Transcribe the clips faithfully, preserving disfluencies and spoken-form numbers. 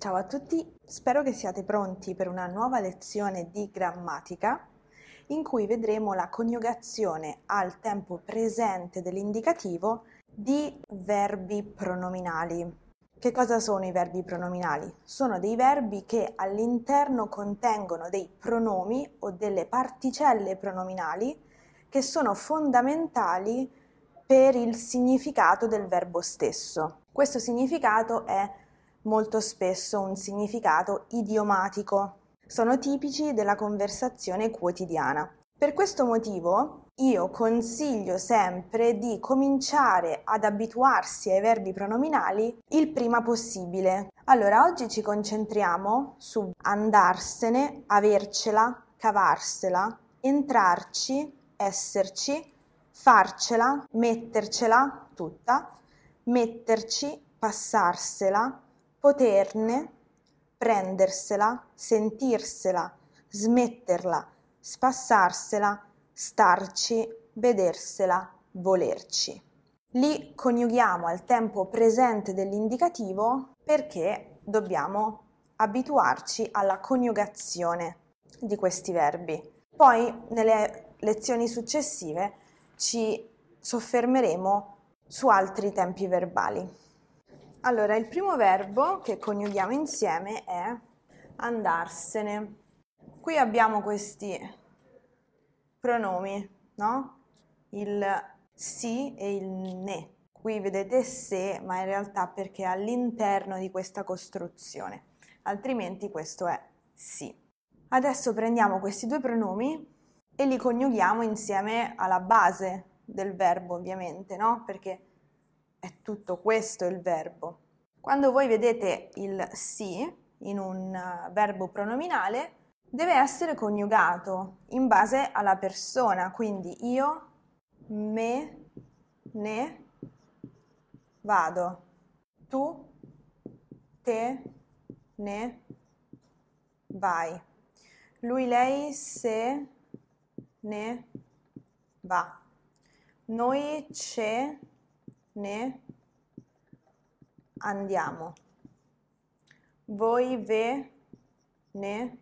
Ciao a tutti, spero che siate pronti per una nuova lezione di grammatica in cui vedremo la coniugazione al tempo presente dell'indicativo di verbi pronominali. Che cosa sono i verbi pronominali? Sono dei verbi che all'interno contengono dei pronomi o delle particelle pronominali che sono fondamentali per il significato del verbo stesso. Questo significato è molto spesso un significato idiomatico. Sono tipici della conversazione quotidiana. Per questo motivo io consiglio sempre di cominciare ad abituarsi ai verbi pronominali il prima possibile. Allora, oggi ci concentriamo su andarsene, avercela, cavarsela, entrarci, esserci, farcela, mettercela tutta, metterci, passarsela, poterne, prendersela, sentirsela, smetterla, spassarsela, starci, vedersela, volerci. Li coniughiamo al tempo presente dell'indicativo perché dobbiamo abituarci alla coniugazione di questi verbi. Poi nelle lezioni successive ci soffermeremo su altri tempi verbali. Allora, il primo verbo che coniughiamo insieme è andarsene. Qui abbiamo questi pronomi, no? Il sì e il ne. Qui vedete se, ma in realtà perché è all'interno di questa costruzione, altrimenti questo è sì. Adesso prendiamo questi due pronomi e li coniughiamo insieme alla base del verbo, ovviamente, no? Perché è tutto questo il verbo. Quando voi vedete il sì in un verbo pronominale, deve essere coniugato in base alla persona, quindi io, me, ne, vado, tu, te, ne, vai, lui, lei, se, ne, va, noi, ce, ne, andiamo, voi, ve, ne,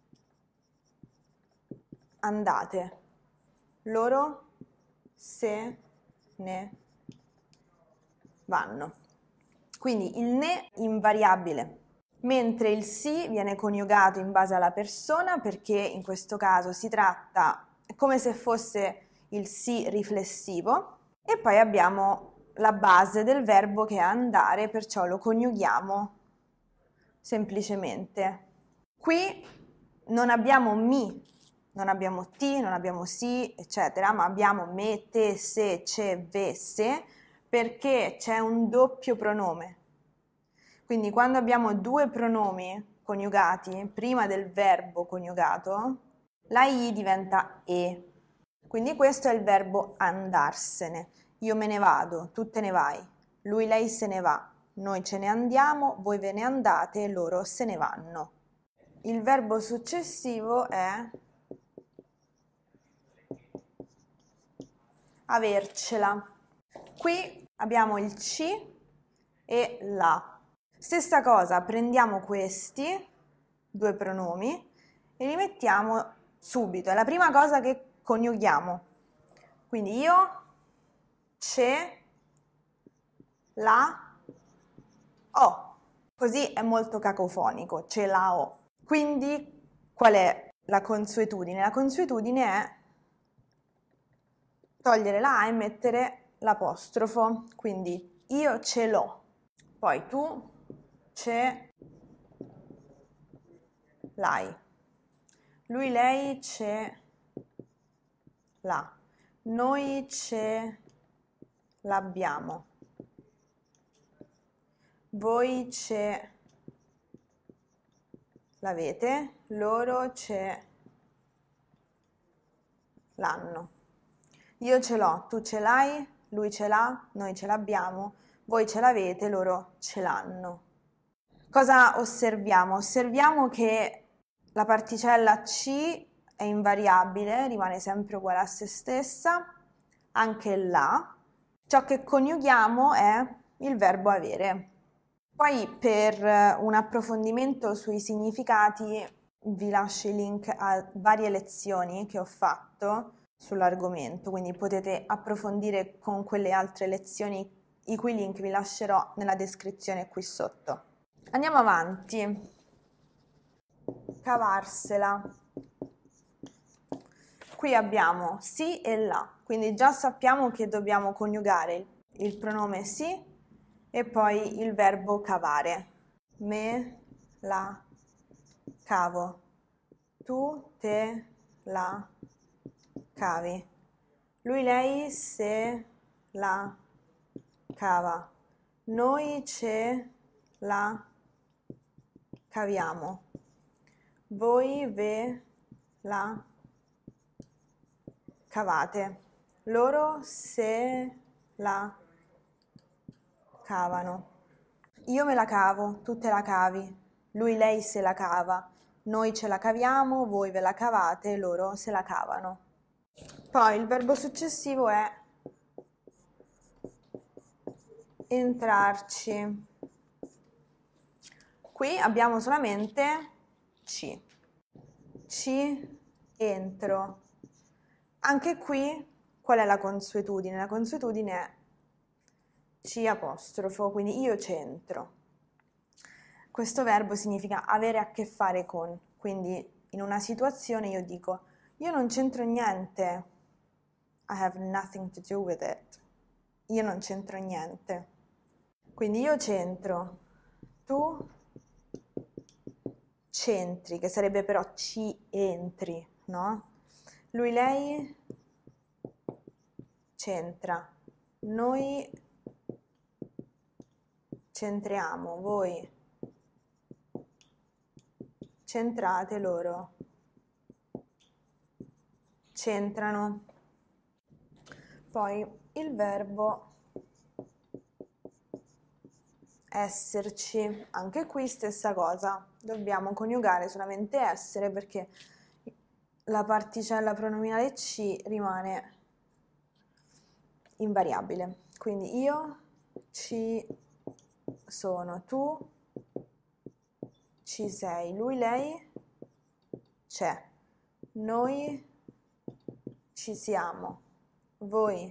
andate, loro, se, ne, vanno. Quindi il ne invariabile, mentre il sì viene coniugato in base alla persona perché in questo caso si tratta come se fosse il sì riflessivo e poi abbiamo la base del verbo che è andare, perciò lo coniughiamo semplicemente. Qui non abbiamo mi, non abbiamo ti, non abbiamo si, eccetera, ma abbiamo me, te, se, ce, ve, se, perché c'è un doppio pronome. Quindi quando abbiamo due pronomi coniugati, prima del verbo coniugato, la i diventa e. Quindi questo è il verbo andarsene. Io me ne vado, tu te ne vai, lui, lei se ne va, noi ce ne andiamo, voi ve ne andate e loro se ne vanno. Il verbo successivo è avercela. Qui abbiamo il ci e la. Stessa cosa, prendiamo questi due pronomi e li mettiamo subito. È la prima cosa che coniughiamo. Quindi io, ce, la, ho. Così è molto cacofonico, ce la ho. Quindi qual è la consuetudine? La consuetudine è togliere la A e mettere l'apostrofo. Quindi io ce l'ho. Poi tu ce l'hai. Lui, lei ce l'ha. Noi ce l'abbiamo. Voi ce l'avete. Loro ce l'hanno. Io ce l'ho, tu ce l'hai, lui ce l'ha, noi ce l'abbiamo, voi ce l'avete, loro ce l'hanno. Cosa osserviamo? Osserviamo che la particella C è invariabile, rimane sempre uguale a se stessa, anche la. Ciò che coniughiamo è il verbo avere. Poi per un approfondimento sui significati vi lascio i link a varie lezioni che ho fatto sull'argomento, quindi potete approfondire con quelle altre lezioni, i cui link vi lascerò nella descrizione qui sotto. Andiamo avanti. Cavarsela. Qui abbiamo sì e la, quindi già sappiamo che dobbiamo coniugare il, il pronome sì e poi il verbo cavare. Me la cavo, tu te la cavi, lui lei se la cava, noi ce la caviamo, voi ve la cavate, loro se la cavano, io me la cavo, tu te la cavi, lui lei se la cava, noi ce la caviamo, voi ve la cavate, loro se la cavano. Poi il verbo successivo è entrarci. Qui abbiamo solamente ci. Ci entro. Anche qui qual è la consuetudine? La consuetudine è ci apostrofo, quindi io c'entro. Questo verbo significa avere a che fare con, quindi in una situazione io dico io non c'entro niente, I have nothing to do with it, io non c'entro niente. Quindi io c'entro, tu c'entri, che sarebbe però ci entri, no? Lui, lei c'entra, noi c'entriamo, voi c'entrate, loro c'entrano. Poi il verbo esserci, anche qui stessa cosa, dobbiamo coniugare solamente essere perché la particella pronominale ci rimane invariabile. Quindi io ci sono, tu ci sei, lui, lei c'è, noi ci siamo, voi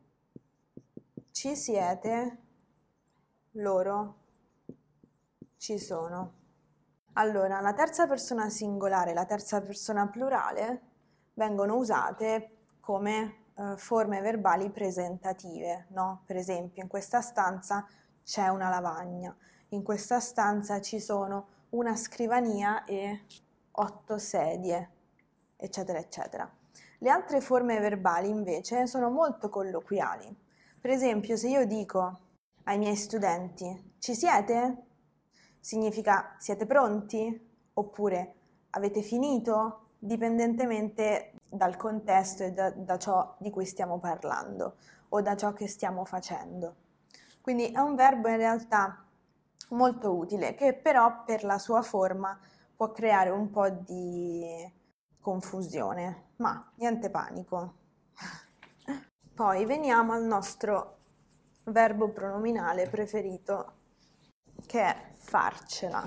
ci siete, loro ci sono. Allora, la terza persona singolare e la terza persona plurale vengono usate come eh, forme verbali presentative, no? Per esempio, in questa stanza c'è una lavagna, in questa stanza ci sono una scrivania e otto sedie, eccetera, eccetera. Le altre forme verbali invece sono molto colloquiali. Per esempio, se io dico ai miei studenti, ci siete? Significa siete pronti? Oppure avete finito? Dipendentemente dal contesto e da, da ciò di cui stiamo parlando o da ciò che stiamo facendo. Quindi è un verbo in realtà molto utile che però per la sua forma può creare un po' di confusione, ma niente panico. Poi veniamo al nostro verbo pronominale preferito, che è farcela.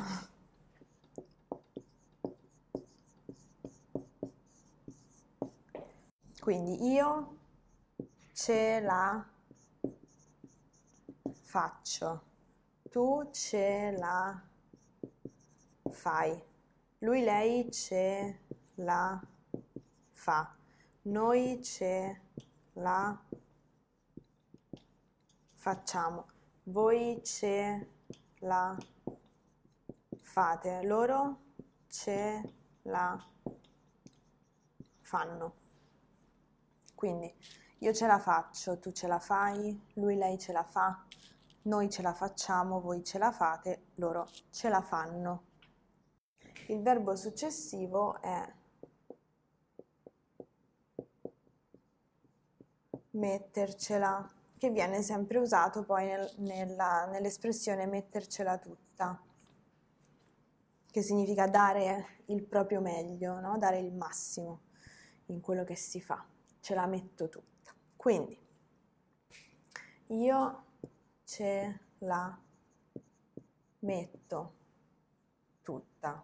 Quindi io ce la faccio, tu ce la fai, lui, lei ce la fa, noi ce la facciamo, voi ce la fate, loro ce la fanno. Quindi io ce la faccio, tu ce la fai, lui, lei ce la fa, noi ce la facciamo, voi ce la fate, loro ce la fanno. Il verbo successivo è mettercela, che viene sempre usato poi nel, nella, nell'espressione mettercela tutta, che significa dare il proprio meglio, no? Dare il massimo in quello che si fa. Ce la metto tutta. Quindi, io ce la metto tutta.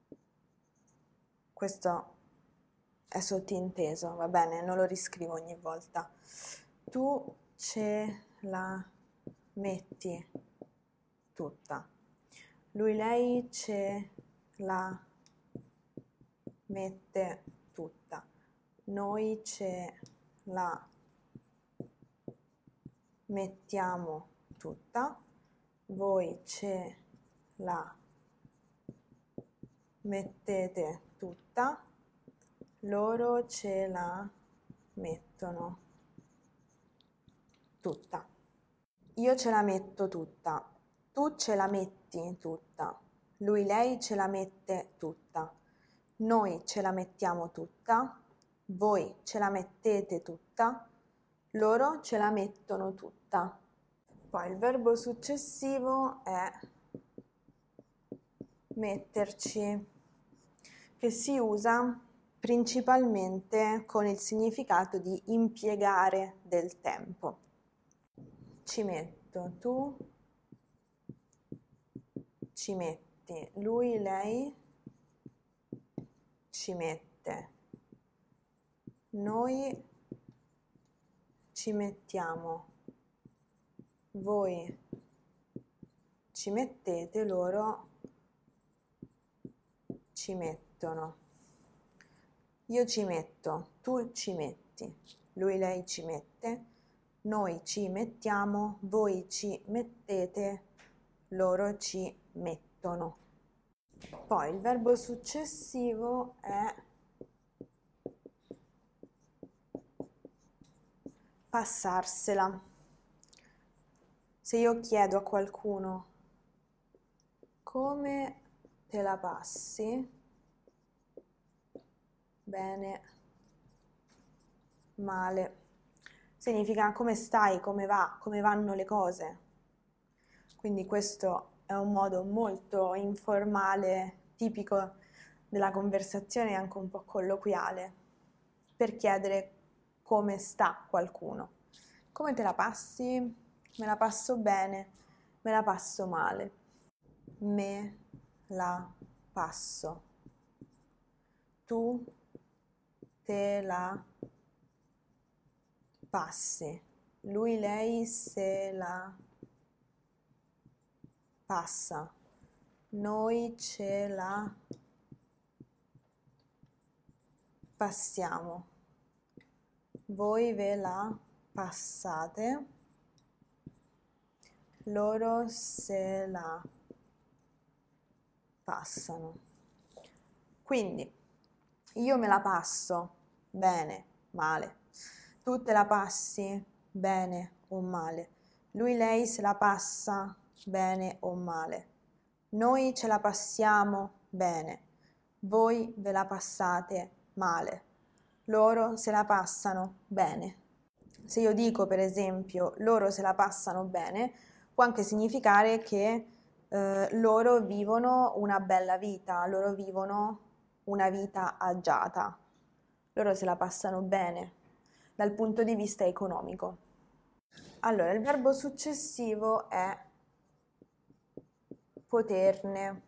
Questo è sottinteso, va bene? Non lo riscrivo ogni volta. Tu ce la metti tutta. Lui, lei ce la mette tutta. Noi ce la mettiamo tutta. Voi ce la mettete tutta. Loro ce la mettono tutta. Io ce la metto tutta. Tu ce la metti tutta. Lui, lei ce la mette tutta. Noi ce la mettiamo tutta. Voi ce la mettete tutta. Loro ce la mettono tutta. Poi il verbo successivo è metterci, che si usa principalmente con il significato di impiegare del tempo. Ci metto, tu ci metti, lui, lei ci mette, noi ci mettiamo, voi ci mettete, loro ci mettono. Io ci metto, tu ci metti, lui, lei ci mette, noi ci mettiamo, voi ci mettete, loro ci mettono. Poi il verbo successivo è passarsela. Se io chiedo a qualcuno come te la passi, bene, male, significa come stai, come va, come vanno le cose. Quindi questo è un modo molto informale, tipico della conversazione e anche un po' colloquiale, per chiedere come sta qualcuno. Come te la passi? Me la passo bene, me la passo male. Me la passo. Tu te la passi. Lui, lei se la passa. Noi ce la passiamo. Voi ve la passate. Loro se la passano. Quindi io me la passo bene, male. Tu te la passi bene o male. Lui, lei se la passa bene o male. Noi ce la passiamo bene. Voi ve la passate male. Loro se la passano bene. Se io dico, per esempio, loro se la passano bene, può anche significare che eh, loro vivono una bella vita, loro vivono una vita agiata. Loro se la passano bene dal punto di vista economico. Allora, il verbo successivo è poterne.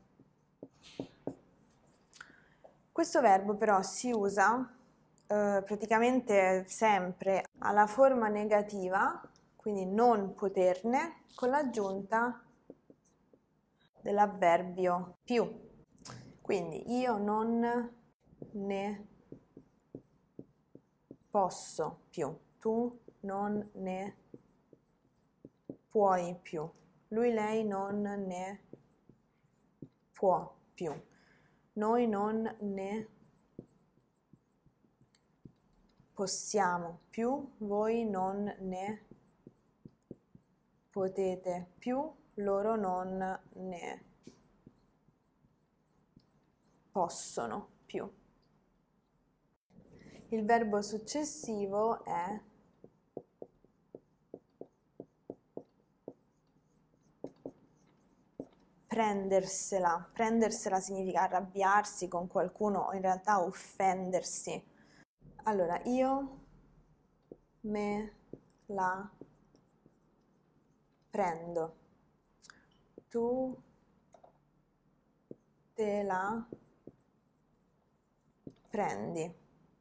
Questo verbo però si usa eh, praticamente sempre alla forma negativa, quindi non poterne, con l'aggiunta dell'avverbio più. Quindi io non ne posso più, tu non ne puoi più, lui, lei non ne può più, noi non ne possiamo più, voi non ne potete più, loro non ne possono più. Il verbo successivo è prendersela. Prendersela significa arrabbiarsi con qualcuno o in realtà offendersi. Allora, io me la prendo. Tu te la prendi.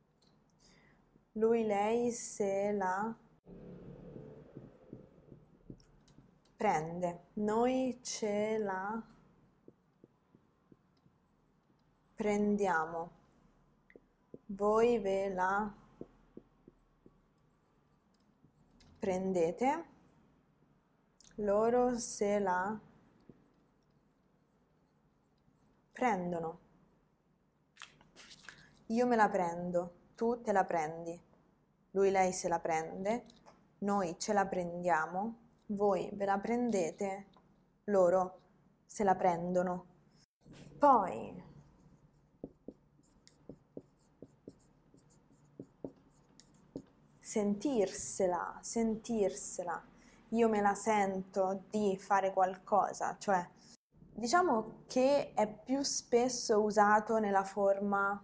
Lui, lei se la prende. Noi ce la prendiamo. Voi ve la prendete. Loro se la prendono. Io me la prendo, tu te la prendi. Lui, lei se la prende. Noi ce la prendiamo. Voi ve la prendete. Loro se la prendono. Poi sentirsela, sentirsela. Io me la sento di fare qualcosa, cioè diciamo che è più spesso usato nella forma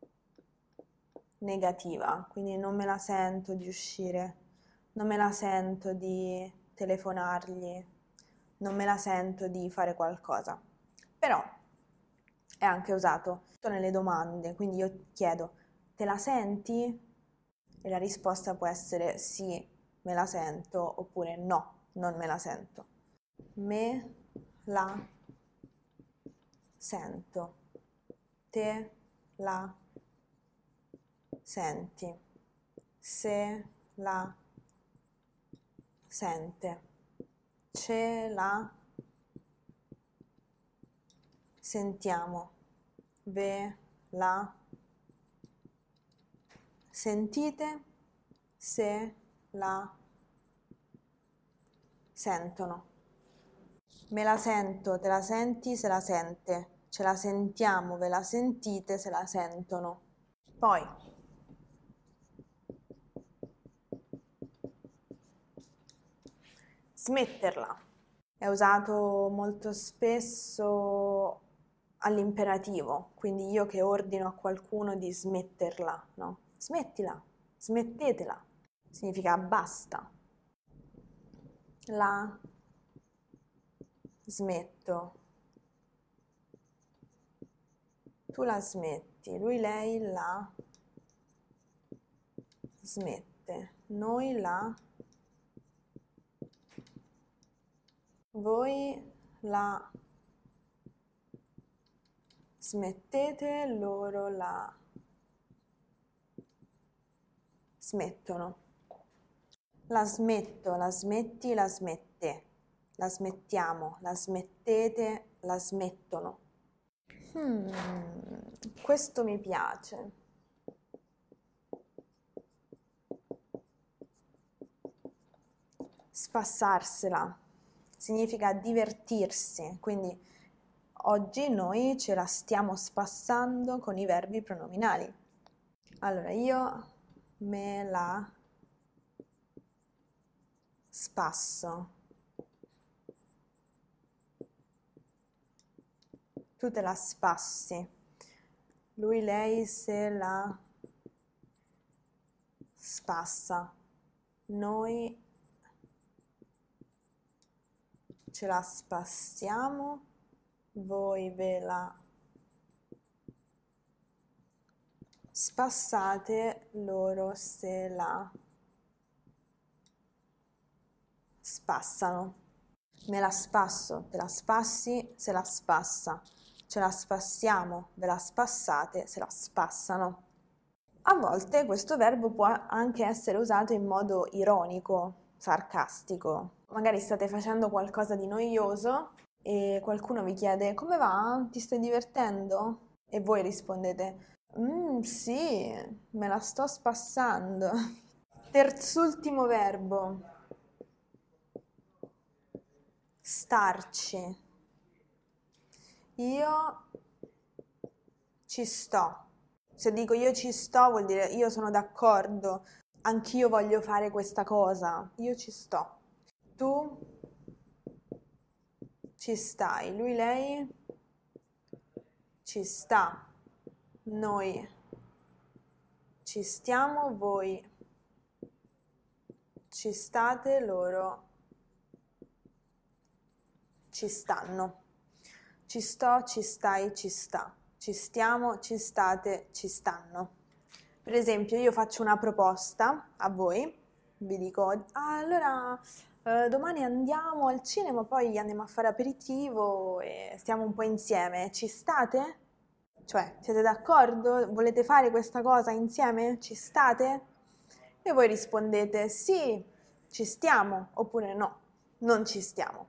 negativa, quindi non me la sento di uscire, non me la sento di telefonargli, non me la sento di fare qualcosa. Però è anche usato nelle domande, quindi io chiedo: te la senti? E la risposta può essere sì, me la sento, oppure no, non me la sento. Me la sento. Te la senti. Se la sente. Ce la sentiamo. Ve la sentite. Se la sentono. Me la sento, te la senti, se la sente. Ce la sentiamo, ve la sentite, se la sentono. Poi smetterla. È usato molto spesso all'imperativo, quindi io che ordino a qualcuno di smetterla, no? Smettila, smettetela. Significa basta. La smetto. Tu la smetti, lui, lei la smette, noi la, voi la smettete, loro la smettono. La smetto, la smetti, la smette, la smettiamo, la smettete, la smettono. Hmm, questo mi piace. Spassarsela significa divertirsi, quindi oggi noi ce la stiamo spassando con i verbi pronominali. Allora, io me la spasso. Tu te la spassi. Lui, lei se la spassa. Noi ce la spassiamo. Voi ve la spassate, loro se la spassano. Me la spasso, te la spassi, se la spassa. Ce la spassiamo, ve la spassate, se la spassano. A volte questo verbo può anche essere usato in modo ironico, sarcastico. Magari state facendo qualcosa di noioso e qualcuno vi chiede: come va? Ti stai divertendo? E voi rispondete: mm, sì, me la sto spassando. Terzultimo verbo. Starci. Io ci sto. Se dico io ci sto vuol dire io sono d'accordo, anch'io voglio fare questa cosa, io ci sto. Tu ci stai, lui, lei ci sta, noi ci stiamo, voi ci state, loro ci stanno. Ci sto, ci stai, ci sta. Ci stiamo, ci state, ci stanno. Per esempio, io faccio una proposta a voi, vi dico, ah, allora eh, domani andiamo al cinema, poi andiamo a fare aperitivo e stiamo un po' insieme. Ci state? Cioè, siete d'accordo? Volete fare questa cosa insieme? Ci state? E voi rispondete sì, ci stiamo, oppure no, non ci stiamo.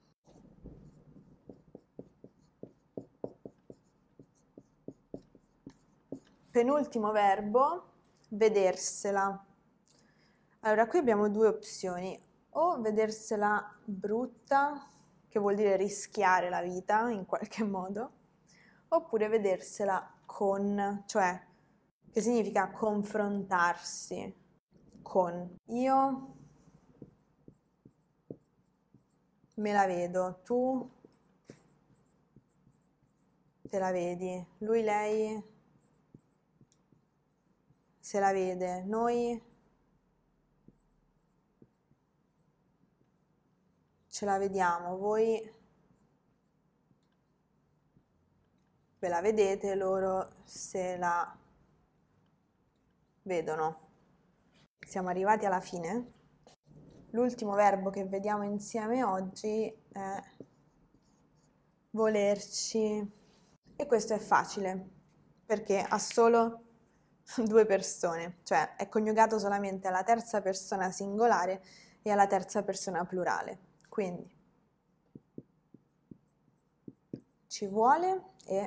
Penultimo verbo, vedersela. Allora, qui abbiamo due opzioni, o vedersela brutta, che vuol dire rischiare la vita in qualche modo, oppure vedersela con, cioè, che significa confrontarsi con. Io me la vedo, tu te la vedi, lui, lei se la vede, noi ce la vediamo, voi ve la vedete, loro se la vedono. Siamo arrivati alla fine. L'ultimo verbo che vediamo insieme oggi è volerci. E questo è facile perché ha solo due persone, cioè è coniugato solamente alla terza persona singolare e alla terza persona plurale. Quindi ci vuole e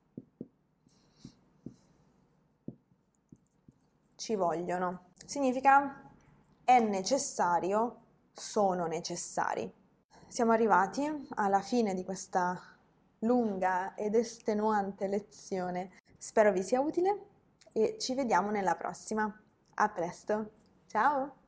ci vogliono. Significa è necessario, sono necessari. Siamo arrivati alla fine di questa lunga ed estenuante lezione. Spero vi sia utile e ci vediamo nella prossima. A presto. Ciao!